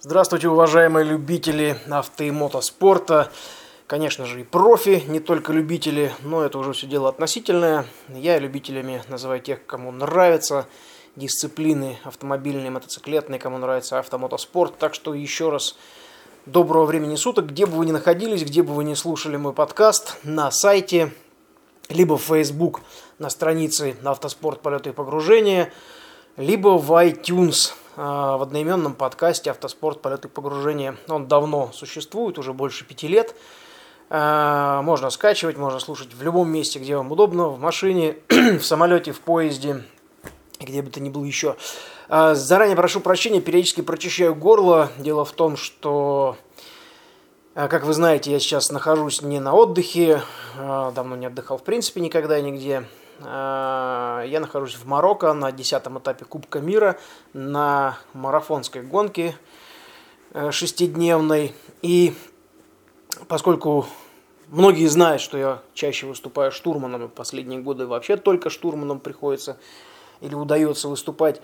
Здравствуйте, уважаемые любители авто и мотоспорта. Конечно же, и профи, не только любители, но это уже все дело относительное. Я любителями называю тех, кому нравятся дисциплины автомобильные, мотоциклетные, кому нравится автомотоспорт. Так что еще раз доброго времени суток, где бы вы ни находились, где бы вы ни слушали мой подкаст, на сайте, либо в Facebook на странице «Автоспорт. Полеты и погружения», либо в iTunes в одноименном подкасте «Автоспорт. Полеты и погружения». Он давно существует, уже больше 5 лет. Можно скачивать, можно слушать в любом месте, где вам удобно, в машине, в самолете, в поезде, где бы то ни было еще. Заранее прошу прощения, периодически прочищаю горло. Дело в том, что, как вы знаете, я сейчас нахожусь не на отдыхе, давно не отдыхал в принципе никогда и нигде. Я нахожусь в Марокко на 10-м этапе Кубка мира на марафонской гонке 6-дневной. И поскольку многие знают, что я чаще выступаю штурманом, и последние годы вообще только штурманом приходится или удается выступать,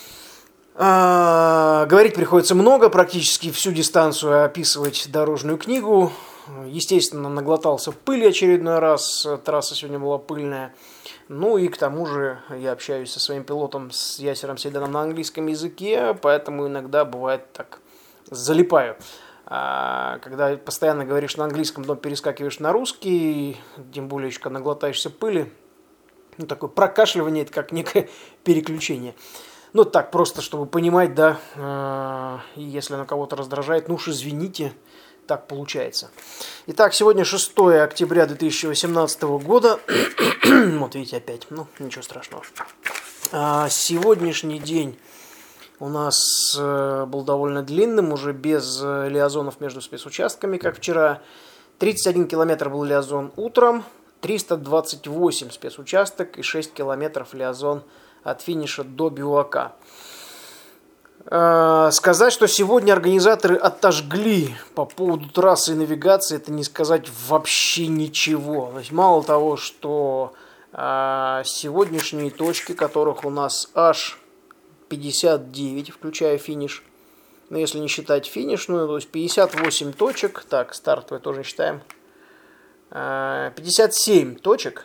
говорить приходится много, практически всю дистанцию описывать дорожную книгу. Естественно, наглотался пыли очередной раз, трасса сегодня была пыльная. Ну и к тому же я общаюсь со своим пилотом, с Ясером Сейданом на английском языке, поэтому иногда бывает так, залипаю. Когда постоянно говоришь на английском, но перескакиваешь на русский, тем более еще когда наглотаешься пыли, ну такое прокашливание, это как некое переключение. Ну так, просто чтобы понимать, да, и если оно кого-то раздражает, ну уж извините, так получается. Итак, сегодня 6 октября 2018 года. Вот видите, опять. Ну, ничего страшного. Сегодняшний день у нас был довольно длинным, уже без лиазонов между спецучастками, как вчера. 31 километр был лиазон утром, 328 спецучасток и 6 километров лиазон от финиша до бивака. Сказать, что сегодня организаторы отожгли по поводу трассы и навигации, это не сказать вообще ничего. То есть мало того, что сегодняшние точки, которых у нас аж 59, включая финиш, но если не считать финишную, то есть 58 точек, так, стартовые тоже не считаем, 57 точек,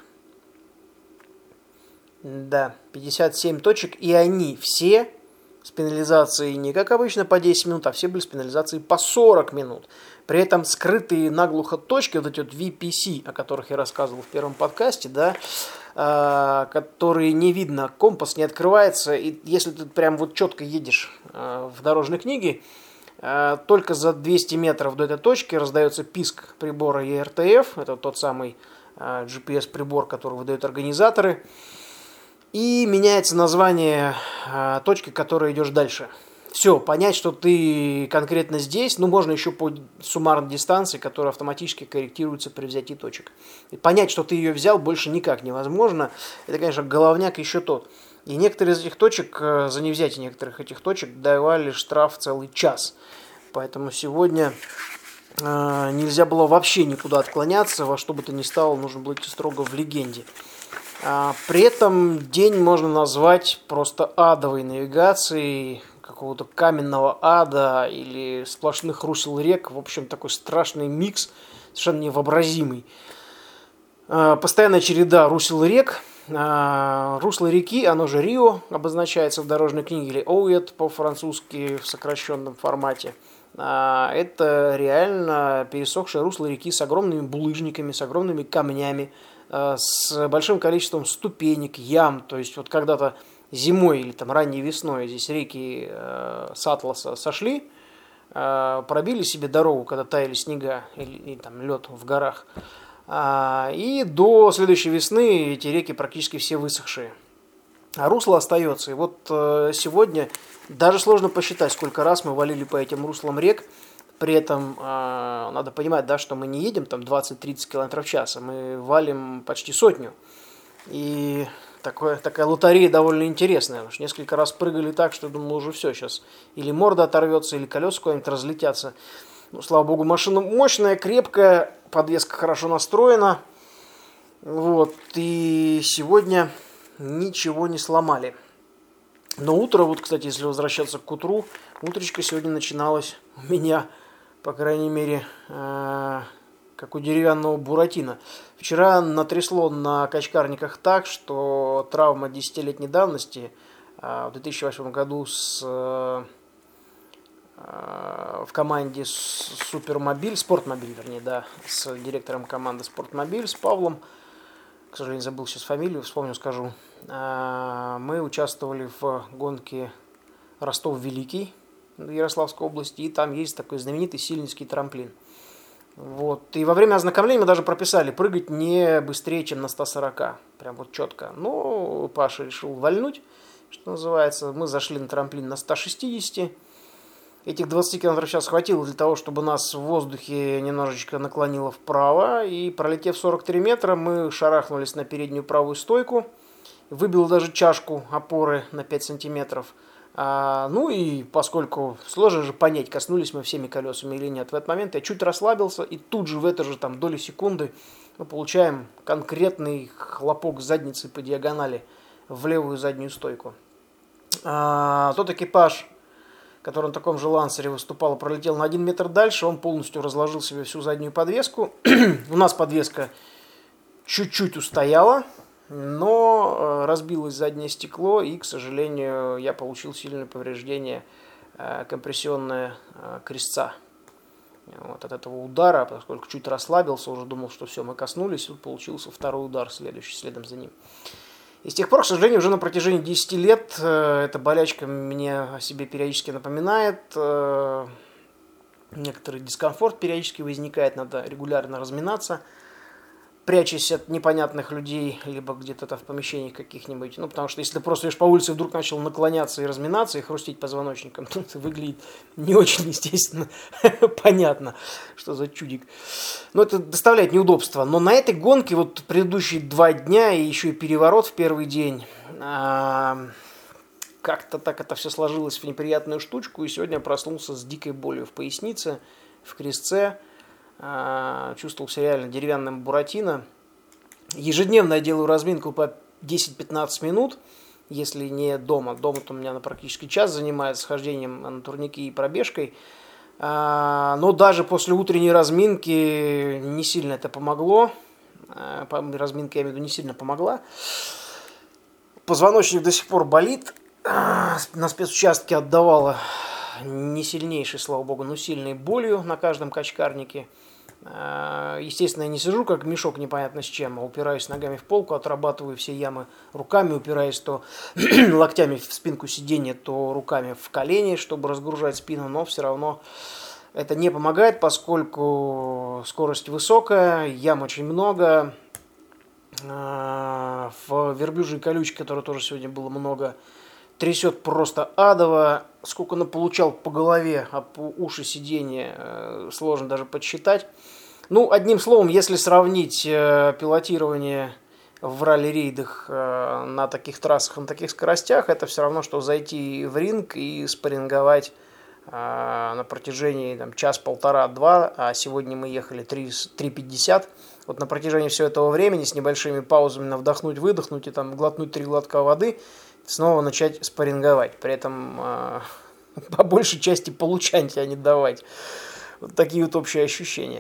да, 57 точек, и они все с пенализацией не как обычно по 10 минут, а все были с пенализацией по 40 минут. При этом скрытые наглухо точки, вот эти вот VPC, о которых я рассказывал в первом подкасте, да, которые не видно, компас не открывается, и если ты прям вот четко едешь в дорожной книге, только за 200 метров до этой точки раздается писк прибора ERTF, это тот самый GPS-прибор, который выдают организаторы, и меняется название точки, к которой идешь дальше. Все, понять, что ты конкретно здесь, ну, можно еще по суммарной дистанции, которая автоматически корректируется при взятии точек. И понять, что ты ее взял, больше никак невозможно. Это, конечно, головняк еще тот. И некоторые из этих точек, за невзятие некоторых этих точек, давали штраф целый час. Поэтому сегодня нельзя было вообще никуда отклоняться, во что бы то ни стало, нужно было идти строго в легенде. При этом день можно назвать просто адовой навигацией, какого-то каменного ада или сплошных русел рек. В общем, такой страшный микс, совершенно невообразимый. Постоянная череда русел рек. Русло реки, оно же Рио, обозначается в дорожной книге, или Оуэт по-французски в сокращенном формате. Это реально пересохшее русло реки с огромными булыжниками, с огромными камнями, с большим количеством ступенек, ям. То есть вот когда-то зимой или там ранней весной здесь реки с Атласа сошли, пробили себе дорогу, когда таяли снега или там лед в горах. И до следующей весны эти реки практически все высохшие. А русло остается. И вот сегодня даже сложно посчитать, сколько раз мы валили по этим руслам рек. При этом надо понимать, да, что мы не едем там 20-30 км в час, а мы валим почти сотню. И такая лотерея довольно интересная. Потому что несколько раз прыгали так, что думал, уже все, сейчас или морда оторвется, или колеса куда-нибудь разлетятся. Ну, слава богу, машина мощная, крепкая, подвеска хорошо настроена. Вот, и сегодня ничего не сломали. Но утро, вот, кстати, если возвращаться к утру, утречко сегодня начиналось у меня, по крайней мере, как у деревянного Буратино. Вчера натрясло на качкарниках так, что травма 10-летней давности в 2008 году в команде Супермобиль, Спортмобиль, вернее, да, с директором команды Спортмобиль, с Павлом, к сожалению, забыл сейчас фамилию, вспомню, скажу. Мы участвовали в гонке Ростов-Великий в Ярославской области, и там есть такой знаменитый сильнинский трамплин. Вот. И во время ознакомления мы даже прописали прыгать не быстрее, чем на 140. Прям вот четко. Но Паша решил вальнуть, что называется. Мы зашли на трамплин на 160. Этих 20 км в час хватило для того, чтобы нас в воздухе немножечко наклонило вправо. И пролетев 43 метра, мы шарахнулись на переднюю правую стойку. Выбило даже чашку опоры на 5 сантиметров. Ну и поскольку сложно же понять, коснулись мы всеми колесами или нет, в этот момент я чуть расслабился, и тут же в эту же там долю секунды мы получаем конкретный хлопок задницы по диагонали в левую заднюю стойку. Тот экипаж, который на таком же лансере выступал, пролетел на 1 метр дальше, он полностью разложил себе всю заднюю подвеску. У нас подвеска чуть-чуть устояла, но разбилось заднее стекло, и, к сожалению, я получил сильное повреждение компрессионное крестца. Вот от этого удара, поскольку чуть расслабился, уже думал, что все, мы коснулись, и получился второй удар, следующий, следом за ним. И с тех пор, к сожалению, уже на протяжении 10 лет эта болячка мне о себе периодически напоминает. Некоторый дискомфорт периодически возникает, надо регулярно разминаться, прячась от непонятных людей, либо где-то в помещениях каких-нибудь. Ну, потому что если ты просто идешь по улице и вдруг начал наклоняться и разминаться, и хрустеть позвоночником, то это выглядит не очень, естественно, понятно, что за чудик. Но это доставляет неудобства. Но на этой гонке, вот предыдущие 2 дня, и еще и переворот в первый день, как-то так это все сложилось в неприятную штучку, и сегодня я проснулся с дикой болью в пояснице, в крестце. Чувствовал себя реально деревянным Буратино. Ежедневно я делаю разминку по 10-15 минут, если не дома. Дома-то у меня на практически час занимает с хождением на турники и пробежкой. Но даже после утренней разминки не сильно это помогло. Разминка, я имею в виду, не сильно помогла. Позвоночник до сих пор болит. На спецучастке отдавало не сильнейшей, слава богу, но сильной болью на каждом качкарнике. Естественно, я не сижу как мешок непонятно с чем, а упираюсь ногами в полку, отрабатываю все ямы руками, упираюсь то локтями в спинку сиденья, то руками в колени, чтобы разгружать спину, но все равно это не помогает, поскольку скорость высокая, ям очень много. В верблюжьей колючке, которой тоже сегодня было много, трясет просто адово. Сколько наполучал по голове, а по уши сиденья сложно даже подсчитать. Ну, одним словом, если сравнить пилотирование в ралли-рейдах на таких трассах, на таких скоростях, это все равно, что зайти в ринг и спарринговать на протяжении час-полтора-два, а сегодня мы ехали 3:50. Вот на протяжении всего этого времени с небольшими паузами на вдохнуть-выдохнуть и там глотнуть 3 глотка воды, снова начать спарринговать. При этом по большей части получать, а не давать. Вот такие вот общие ощущения.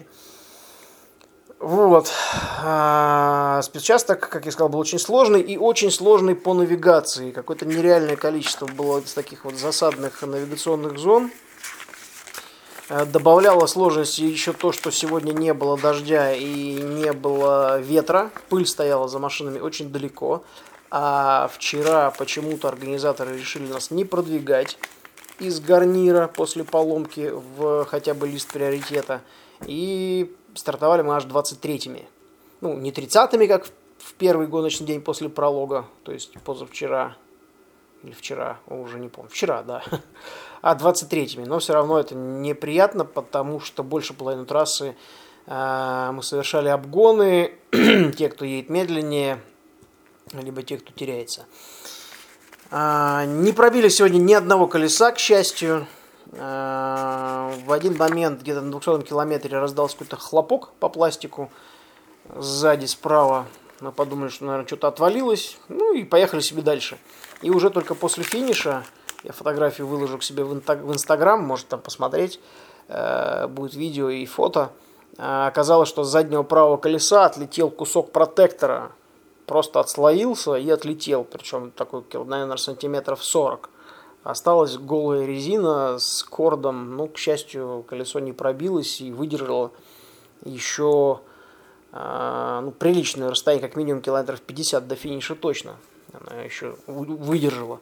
Вот. Спецучасток, как я сказал, был очень сложный и очень сложный по навигации. Какое-то нереальное количество было из таких вот засадных навигационных зон. Добавляло сложности еще то, что сегодня не было дождя и не было ветра. Пыль стояла за машинами очень далеко. А вчера почему-то организаторы решили нас не продвигать из гарнира после поломки в хотя бы лист приоритета. И стартовали мы аж 23-ми. Ну, не 30-ми, как в первый гоночный день после пролога, то есть позавчера, или вчера, уже не помню, вчера, да, а 23-ми. Но все равно это неприятно, потому что больше половины трассы мы совершали обгоны, те, кто едет медленнее, либо те, кто теряется. Не пробили сегодня ни одного колеса, к счастью. В один момент, где-то на 200 километре, раздался какой-то хлопок по пластику. Сзади, справа, Мы подумали, что, наверное, что-то отвалилось. Ну и поехали себе дальше. И уже только после финиша, я фотографию выложу к себе в Инстаграм, можете там посмотреть, будет видео и фото. Оказалось, что с заднего правого колеса отлетел кусок протектора. Просто отслоился и отлетел. Причем такой, наверное, сантиметров 40. Осталась голая резина с кордом. Ну, к счастью, колесо не пробилось и выдержало еще приличное расстояние, как минимум километров 50 до финиша точно. Она еще выдержала.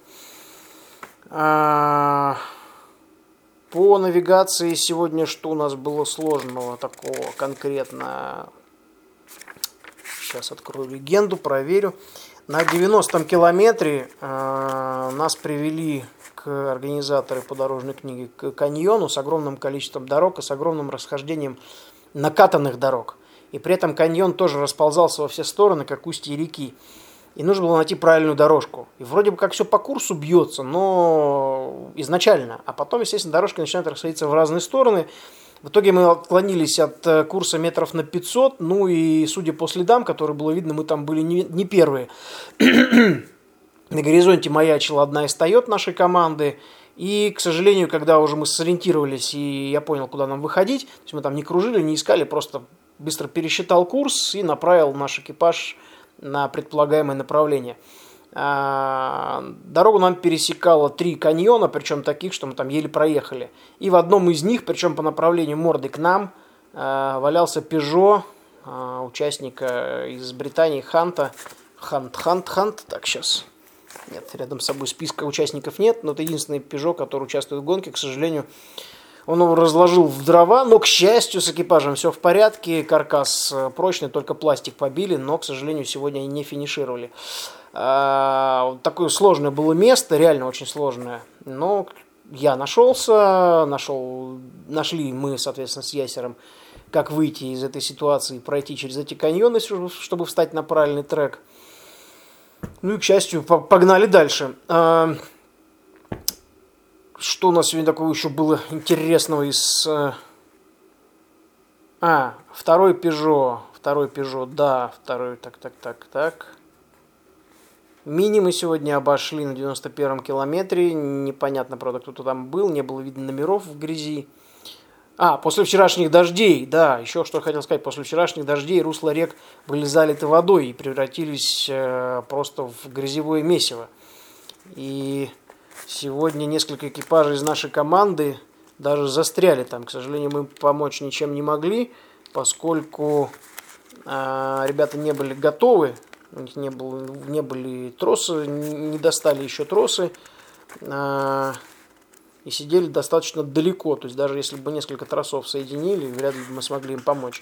По навигации сегодня что у нас было сложного такого конкретно? Сейчас открою легенду, проверю. На 90-м километре нас привели организаторы по дорожной книге к каньону с огромным количеством дорог и с огромным расхождением накатанных дорог. И при этом каньон тоже расползался во все стороны, как устье реки. И нужно было найти правильную дорожку. И вроде бы как все по курсу бьется, но изначально. А потом, естественно, дорожки начинают расходиться в разные стороны. В итоге мы отклонились от курса метров на 500. Ну и судя по следам, которые было видно, мы там были не первые. На горизонте маячила одна из Toyota нашей команды. И, к сожалению, когда уже мы сориентировались и я понял, куда нам выходить, то есть мы там не кружили, не искали, просто быстро пересчитал курс и направил наш экипаж на предполагаемое направление. Дорогу нам пересекало 3 каньона, причем таких, что мы там еле проехали. И в одном из них, причем по направлению морды к нам, валялся Peugeot участника из Британии Ханта. Хант. Так, сейчас... Нет, рядом с собой списка участников нет, но это единственный Peugeot, который участвует в гонке. К сожалению, он его разложил в дрова, но, к счастью, с экипажем все в порядке. Каркас прочный, только пластик побили, но, к сожалению, сегодня они не финишировали. Такое сложное было место, реально очень сложное. Но я нашли мы, соответственно, с Ясером, как выйти из этой ситуации, пройти через эти каньоны, чтобы встать на правильный трек. Ну и, к счастью, погнали дальше. Что у нас сегодня такого еще было интересного из... второй Peugeot, да, второй, так. Мини мы сегодня обошли на 91-м километре, непонятно, правда, кто-то там был, не было видно номеров в грязи. После вчерашних дождей, да, еще что хотел сказать, после вчерашних дождей русла рек были залиты водой и превратились просто в грязевое месиво. И сегодня несколько экипажей из нашей команды даже застряли там. К сожалению, мы помочь ничем не могли, поскольку ребята не были готовы, у них не были тросы, не достали еще тросы. И сидели достаточно далеко. То есть даже если бы несколько тросов соединили, вряд ли бы мы смогли им помочь.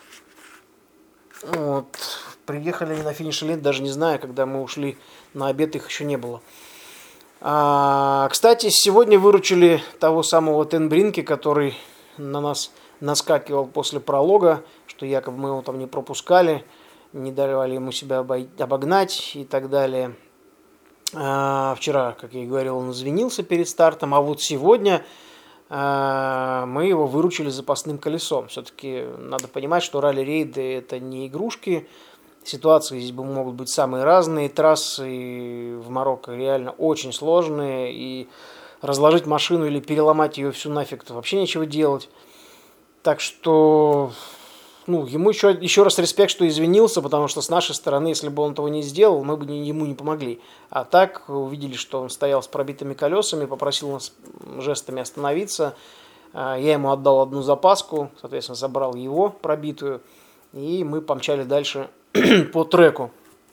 Вот. Приехали они на финиш ленты, даже не знаю, когда мы ушли на обед, их еще не было. Кстати, сегодня выручили того самого Тенбринке, который на нас наскакивал после пролога, что якобы мы его там не пропускали, не давали ему себя обогнать и так далее. Вчера, как я и говорил, он извинился перед стартом, а вот сегодня мы его выручили запасным колесом. Все-таки надо понимать, что ралли-рейды это не игрушки, ситуации здесь могут быть самые разные, трассы в Марокко реально очень сложные, и разложить машину или переломать ее всю нафиг -то вообще нечего делать. Так что... ему еще раз респект, что извинился, потому что с нашей стороны, если бы он этого не сделал, мы бы ему не помогли. А так увидели, что он стоял с пробитыми колесами, попросил нас жестами остановиться. Я ему отдал одну запаску, соответственно, забрал его пробитую, и мы помчали дальше по треку.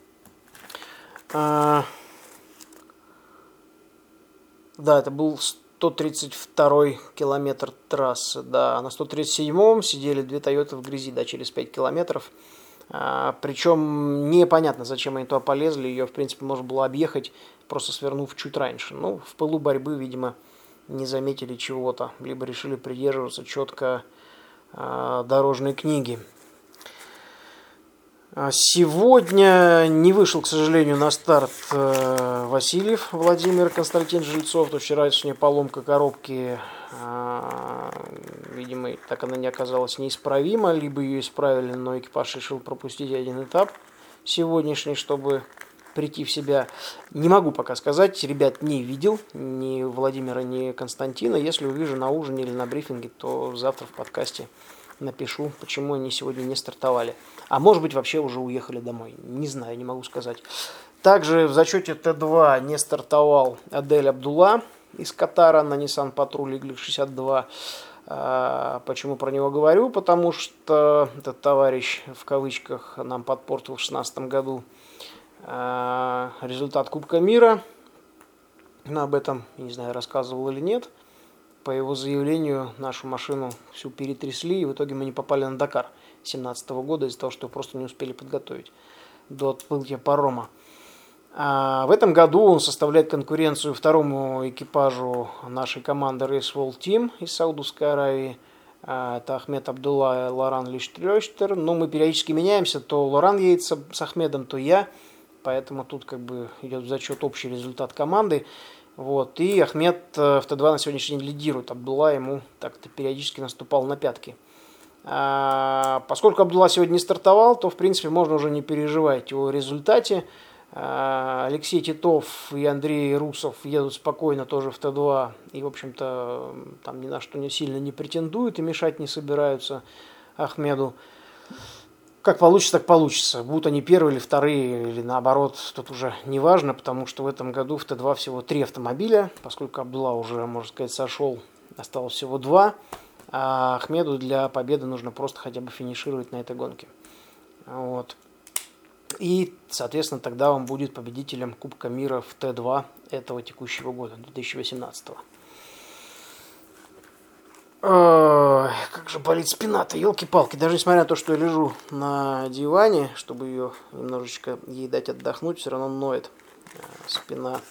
Да, это был 132-й километр трассы, да, на 137-м сидели 2 Toyota в грязи, да, через 5 километров. Причем непонятно, зачем они туда полезли, ее, в принципе, можно было объехать, просто свернув чуть раньше. В пылу борьбы, видимо, не заметили чего-то, либо решили придерживаться четко дорожной книги. Сегодня не вышел, к сожалению, на старт Васильев Владимир Константинович Жильцов. То вчерашняя поломка коробки, видимо, так она не оказалась неисправима, либо ее исправили, но экипаж решил пропустить один этап сегодняшний, чтобы прийти в себя. Не могу пока сказать, ребят не видел, ни Владимира, ни Константина. Если увижу на ужине или на брифинге, то завтра в подкасте напишу, почему они сегодня не стартовали. А может быть, вообще уже уехали домой. Не знаю, не могу сказать. Также в зачете Т2 не стартовал Адель Абдулла из Катара на Nissan Patrol Y62. Почему про него говорю? Потому что этот товарищ, в кавычках, нам подпортил в 2016 году результат Кубка мира. Но об этом, не знаю, рассказывал или нет. По его заявлению, нашу машину всю перетрясли, и в итоге мы не попали на Дакар 2017 года из-за того, что просто не успели подготовить до отплытия парома. В этом году он составляет конкуренцию второму экипажу нашей команды Race World Team из Саудовской Аравии. Это Ахмед Абдулла и Лоран Лиштрёштер. Но мы периодически меняемся, то Лоран едет с Ахмедом, то я. Поэтому тут как бы идет в зачет общий результат команды. Вот. И Ахмед в Т2 на сегодняшний день лидирует. Абдулла ему так-то периодически наступал на пятки. Поскольку Абдулла сегодня не стартовал, то в принципе можно уже не переживать о результате. Алексей Титов и Андрей Русов едут спокойно тоже в Т2 и, в общем-то, там ни на что не сильно не претендуют и мешать не собираются Ахмеду. Как получится, так получится. Будут они первые или вторые, или наоборот, тут уже не важно, потому что в этом году в Т2 всего 3 автомобиля, поскольку Абдулла уже, можно сказать, сошел, осталось всего 2, а Ахмеду для победы нужно просто хотя бы финишировать на этой гонке. Вот. И, соответственно, тогда он будет победителем Кубка мира в Т2 этого текущего года, 2018. Как же болит спина-то, елки-палки. Даже несмотря на то, что я лежу на диване, чтобы ее немножечко ей дать отдохнуть, все равно ноет спина.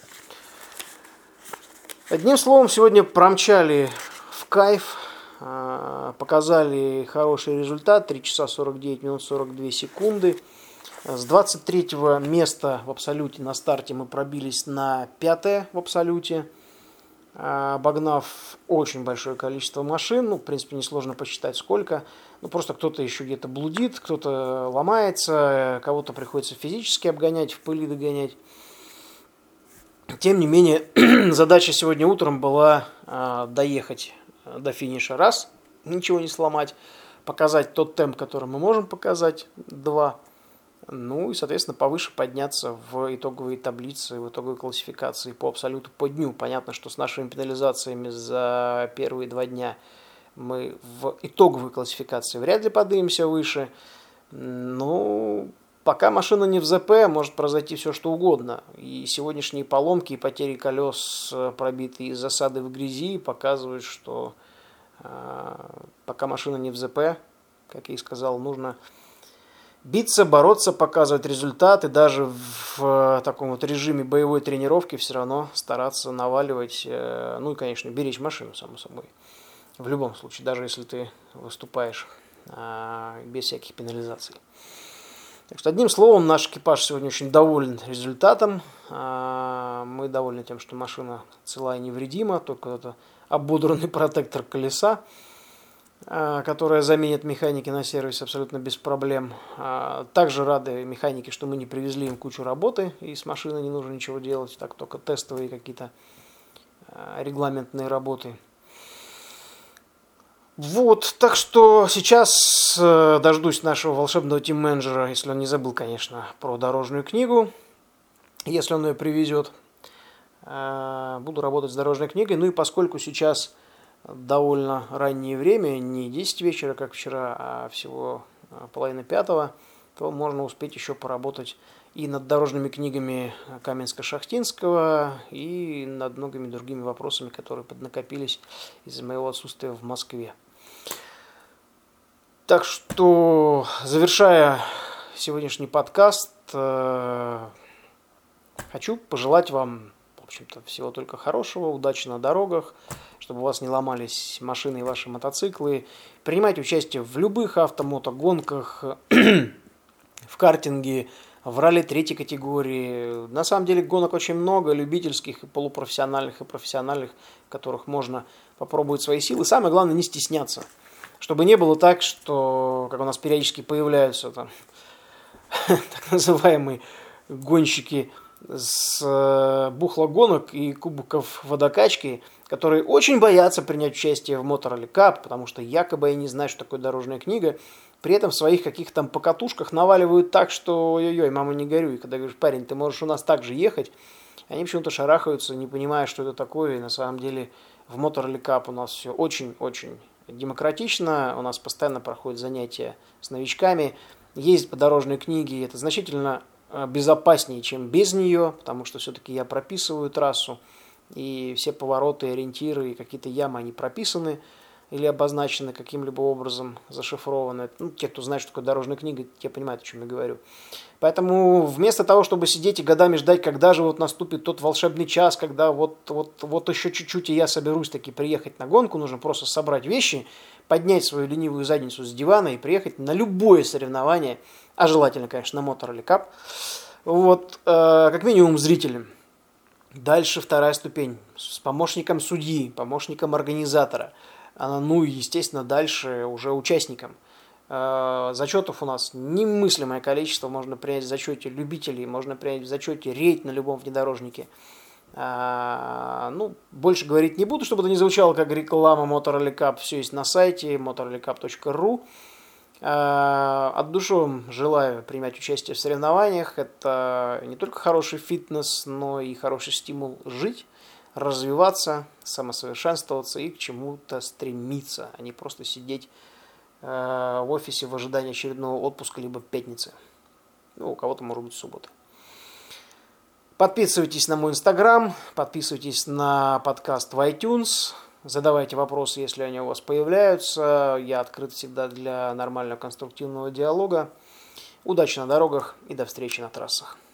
Одним словом, сегодня промчали в кайф, показали хороший результат, 3 часа 49 минут 42 секунды. С 23-го места в абсолюте на старте мы пробились на 5-е в абсолюте, обогнав очень большое количество машин. В принципе, несложно посчитать сколько. Просто кто-то еще где-то блудит, кто-то ломается, кого-то приходится физически обгонять, в пыли догонять. Тем не менее, задача сегодня утром была доехать до финиша раз, ничего не сломать, показать тот темп, который мы можем показать, 2. И, соответственно, повыше подняться в итоговые таблицы, в итоговой классификации по абсолюту по дню. Понятно, что с нашими пенализациями за первые 2 дня мы в итоговой классификации вряд ли поднимемся выше. Пока машина не в ЗП, может произойти все, что угодно. И сегодняшние поломки и потери колес, пробитые из засады в грязи, показывают, что пока машина не в ЗП, как я и сказал, нужно биться, бороться, показывать результаты, даже в таком вот режиме боевой тренировки все равно стараться наваливать, и, конечно, беречь машину, само собой. В любом случае, даже если ты выступаешь без всяких пенализаций. Так что, одним словом, наш экипаж сегодня очень доволен результатом. Мы довольны тем, что машина цела и невредима, только это ободранный протектор колеса, которая заменит механики на сервисе абсолютно без проблем. Также рады механики, что мы не привезли им кучу работы, и с машиной не нужно ничего делать, так только тестовые какие-то регламентные работы. Так что сейчас дождусь нашего волшебного тим-менеджера, если он не забыл, конечно, про дорожную книгу, если он ее привезет. Буду работать с дорожной книгой, и поскольку сейчас довольно раннее время, не 10 вечера, как вчера, а всего 4:30, то можно успеть еще поработать и над дорожными книгами Каменска-Шахтинского, и над многими другими вопросами, которые поднакопились из-за моего отсутствия в Москве. Так что, завершая сегодняшний подкаст, хочу пожелать вам, в общем-то, всего только хорошего, удачи на дорогах, чтобы у вас не ломались машины и ваши мотоциклы. Принимайте участие в любых автомотогонках, в картинге, в ралли 3 категории. На самом деле гонок очень много, любительских, и полупрофессиональных, и профессиональных, в которых можно попробовать свои силы. Самое главное, не стесняться. Чтобы не было так, что, как у нас периодически появляются там так называемые гонщики с бухлогонок и кубков водокачки, которые очень боятся принять участие в Motor Rally Cup, потому что якобы они не знают, что такое дорожная книга, при этом в своих каких-то там покатушках наваливают так, что ой-ой-ой, мама, не горюй. И когда говоришь, парень, ты можешь у нас так же ехать, они почему-то шарахаются, не понимая, что это такое, и на самом деле в Motor Rally Cup у нас все очень-очень демократично, у нас постоянно проходят занятия с новичками, ездить по дорожной книге, это значительно безопаснее, чем без нее, потому что все-таки я прописываю трассу, и все повороты, ориентиры и какие-то ямы, они прописаны или обозначены каким-либо образом, зашифрованы. Ну, те, кто знает, что такое дорожная книга, те понимают, о чем я говорю. Поэтому вместо того, чтобы сидеть и годами ждать, когда же вот наступит тот волшебный час, когда вот еще чуть-чуть и я соберусь таки приехать на гонку, нужно просто собрать вещи, поднять свою ленивую задницу с дивана и приехать на любое соревнование, а желательно, конечно, на Motor Rally Cup, вот, как минимум зрителям. Дальше вторая ступень с помощником судьи, помощником организатора, ну и, естественно, дальше уже участникам. Зачетов у нас немыслимое количество, можно принять в зачете любителей, можно принять в зачете рейд на любом внедорожнике. Ну, больше говорить не буду, чтобы это не звучало как реклама Motor Rally Cup, все есть на сайте motorrallycup.ru. От души вам желаю принять участие в соревнованиях. Это не только хороший фитнес, но и хороший стимул жить, развиваться, самосовершенствоваться и к чему-то стремиться, а не просто сидеть в офисе в ожидании очередного отпуска либо пятницы. Ну, у кого-то может быть суббота. Подписывайтесь на мой инстаграм, подписывайтесь на подкаст в iTunes. Задавайте вопросы, если они у вас появляются. Я открыт всегда для нормального конструктивного диалога. Удачи на дорогах и до встречи на трассах.